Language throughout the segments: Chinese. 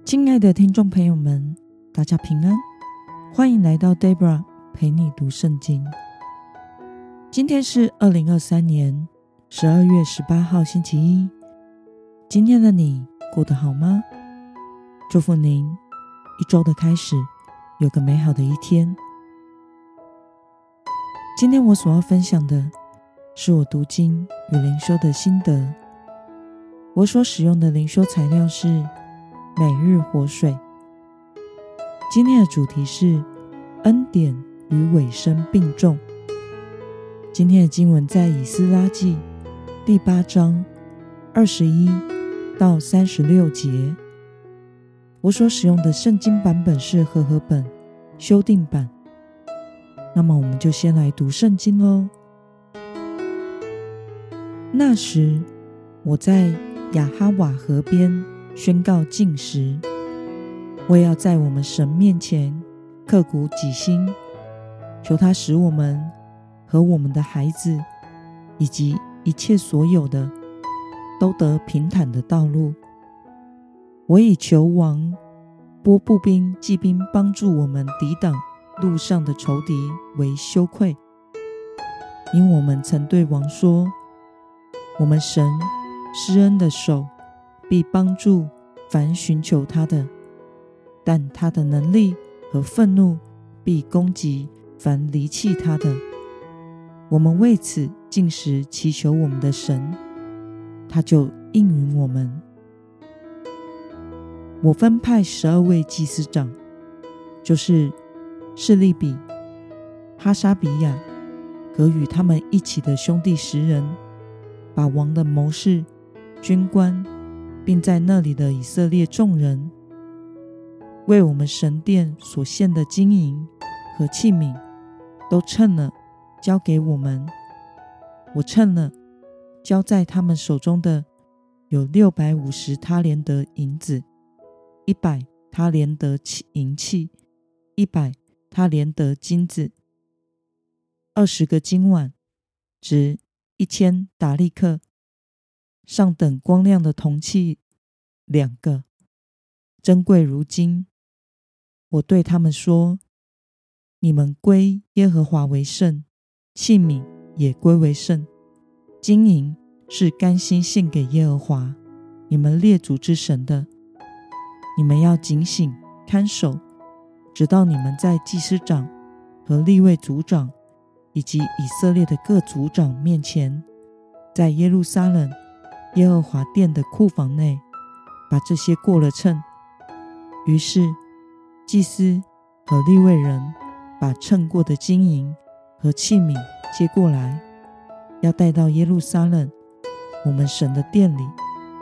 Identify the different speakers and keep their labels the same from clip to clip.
Speaker 1: 亲爱的听众朋友们，大家平安，欢迎来到 Debra 陪你读圣经。今天是2023年12月18号星期一。今天的你过得好吗？祝福您一周的开始有个美好的一天。今天我所要分享的是我读经与灵修的心得。我所使用的灵修材料是每日活水。今天的主题是恩典与尾声并重。今天的经文在以斯拉记第8章21到36节。我所使用的圣经版本是和合本修订版。那么我们就先来读圣经咯。那时，我在亚哈瓦河边宣告禁食，我也要在我们神面前刻骨己心，求他使我们和我们的孩子以及一切所有的都得平坦的道路。我已求王拨步兵骑兵帮助我们抵挡路上的仇敌为羞愧，因我们曾对王说，我们神施恩的手必帮助凡寻求他的，但他的能力和愤怒必攻击凡离弃他的。我们为此禁食祈求我们的神，他就应允我们。我分派12位祭司长，就是示利比、哈沙比亚和与他们一起的兄弟10人，把王的谋士、军官并在那里的以色列众人为我们神殿所献的金银和器皿都称了，交给我们。我称了，交在他们手中的有650他连得银子，100他连得银器，100他连得金子，20个金碗，值1000达利克，上等光亮的铜器2个，珍贵如金。我对他们说，你们归耶和华为圣，器皿也归为圣。金银是甘心献给耶和华你们列祖之神的。你们要警醒看守，直到你们在祭司长和利未族长以及以色列的各族长面前，在耶路撒冷耶和华殿的库房内把这些过了称。于是祭司和利未人把称过的金银和器皿接过来，要带到耶路撒冷我们神的殿里。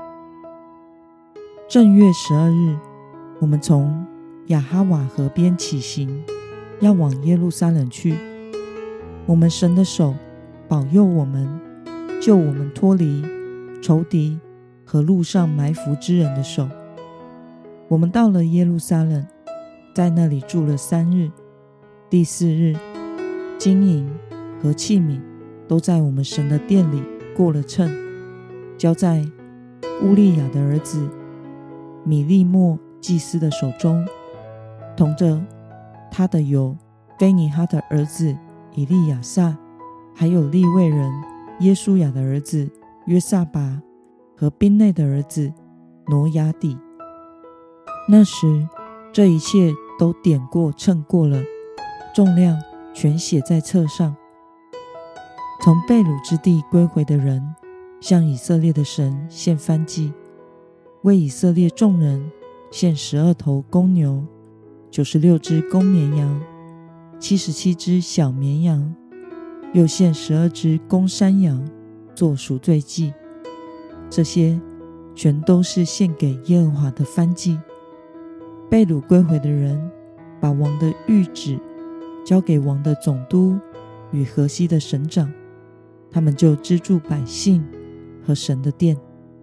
Speaker 1: 正月12日，我们从亚哈瓦河边起行，要往耶路撒冷去。我们神的手保佑我们，救我们脱离仇敌和路上埋伏之人的手。我们到了耶路撒冷，在那里住了3日。第4日，金银和器皿都在我们神的殿里过了称，交在乌利亚的儿子米利末祭司的手中，同着他的有非尼哈的儿子以利亚撒，还有利未人耶书亚的儿子约撒拔和宾内的儿子挪亚底。那时这一切都点过称过了，重量全写在册上。从被掳之地归回的人向以色列的神献燔祭，为以色列众人献12头公牛，96只公绵羊，77只小绵羊，又献12只公山羊做赎罪祭。这些全都是献给耶和华的燔祭。被掳归回的人把王的谕旨交给王的总督与河西的省长，他们就资助百姓和神的殿。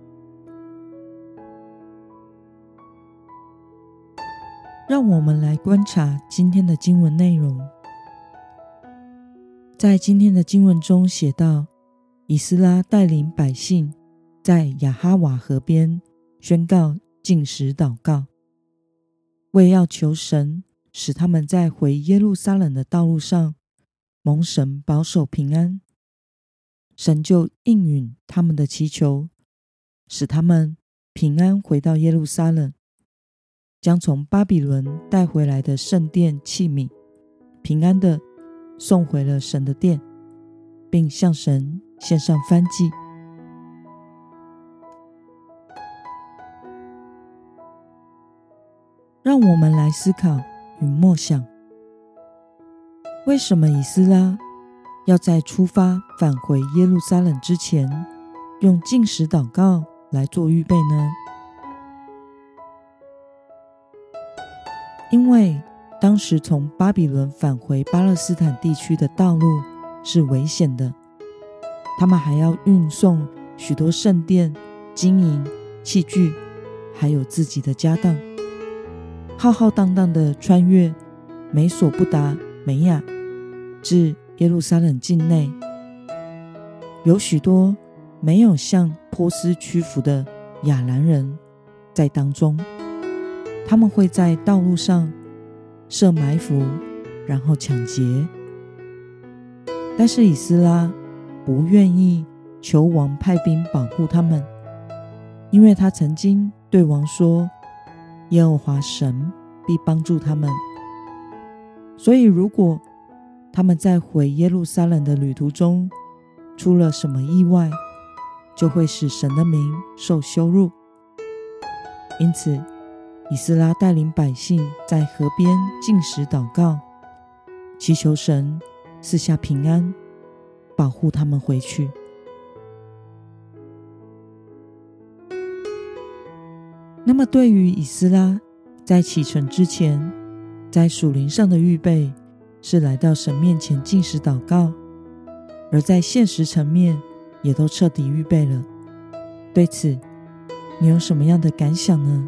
Speaker 1: 让我们来观察今天的经文内容。在今天的经文中写到，以斯拉带领百姓在亚哈瓦河边宣告禁食祷告， 为要求神使他们在回耶路撒冷的道路上蒙神保守平安，神就应允他们的祈求，使他们平安回到耶路撒冷，将从巴比伦带回来的圣殿器皿平安地送回了神的殿，并向神献上燔祭。让我们来思考与默想，为什么以斯拉要在出发返回耶路撒冷之前，用禁食祷告来做预备呢？因为当时从巴比伦返回巴勒斯坦地区的道路是危险的，他们还要运送许多圣殿、金银器具，还有自己的家当，浩浩荡荡地穿越美索不达美亚至耶路撒冷境内。有许多没有向波斯屈服的亚兰人在当中，他们会在道路上设埋伏，然后抢劫。但是以斯拉不愿意求王派兵保护他们，因为他曾经对王说，耶和华神必帮助他们。所以如果他们在回耶路撒冷的旅途中出了什么意外，就会使神的名受羞辱。因此以斯拉带领百姓在河边禁食祷告，祈求神赐下平安，保护他们回去。那么对于以斯拉在启程之前，在属灵上的预备是来到神面前禁食祷告，而在现实层面也都彻底预备了。对此，你有什么样的感想呢？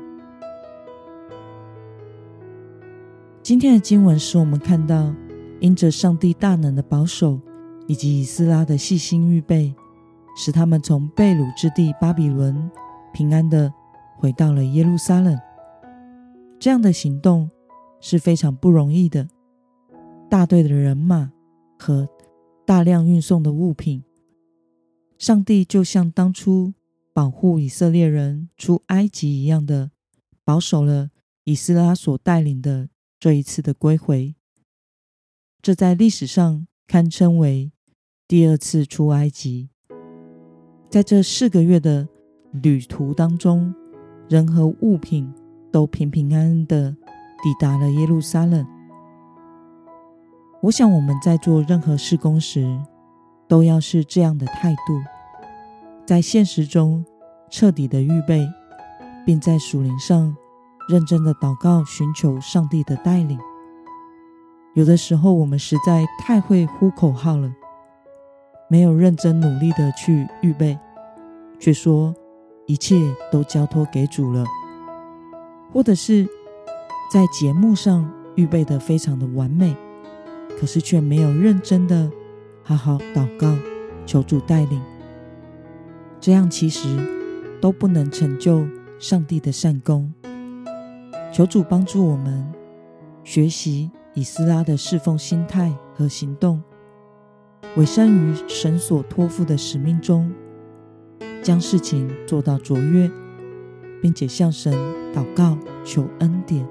Speaker 1: 今天的经文使我们看到，因着上帝大能的保守以及以斯拉的细心预备，使他们从被掳之地巴比伦平安地回到了耶路撒冷。这样的行动是非常不容易的，大队的人马和大量运送的物品，上帝就像当初保护以色列人出埃及一样的保守了以斯拉所带领的这一次的归回。这在历史上堪称为第二次出埃及。在这4个月的旅途当中，人和物品都平平安安地抵达了耶路撒冷。我想我们在做任何事工时，都要是这样的态度，在现实中彻底的预备，并在属灵上认真的祷告，寻求上帝的带领。有的时候我们实在太会呼口号了，没有认真努力的去预备，却说一切都交托给主了，或者是在节目上预备的非常的完美，可是却没有认真的好好祷告，求主带领。这样其实都不能成就上帝的善功。求主帮助我们学习以斯拉的侍奉心态和行动，委身于神所托付的使命中，将事情做到卓越，并且向神祷告求恩典。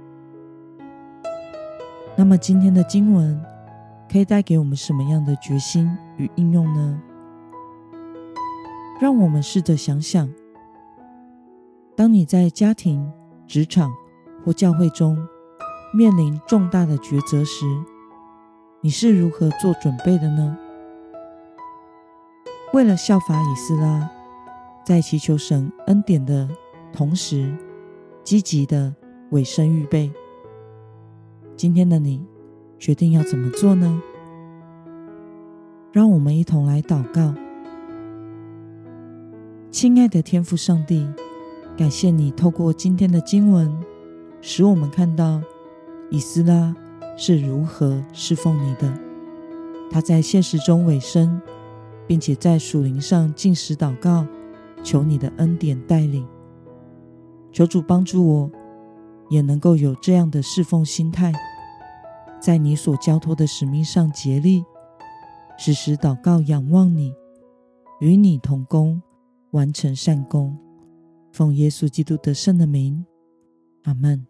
Speaker 1: 那么今天的经文可以带给我们什么样的决心与应用呢？让我们试着想想，当你在家庭、职场或教会中面临重大的抉择时，你是如何做准备的呢？为了效法以斯拉，在祈求神恩典的同时，积极的委身预备。今天的你决定要怎么做呢？让我们一同来祷告。亲爱的天父上帝，感谢你透过今天的经文，使我们看到以斯拉是如何侍奉你的。他在现实中委身，并且在属灵上禁食祷告，求你的恩典带领。求主帮助我， 也能够有这样的侍奉心态，在你所交托的使命上竭力，时时祷告仰望你，与你同工，完成善工。奉耶稣基督得胜的名，阿们。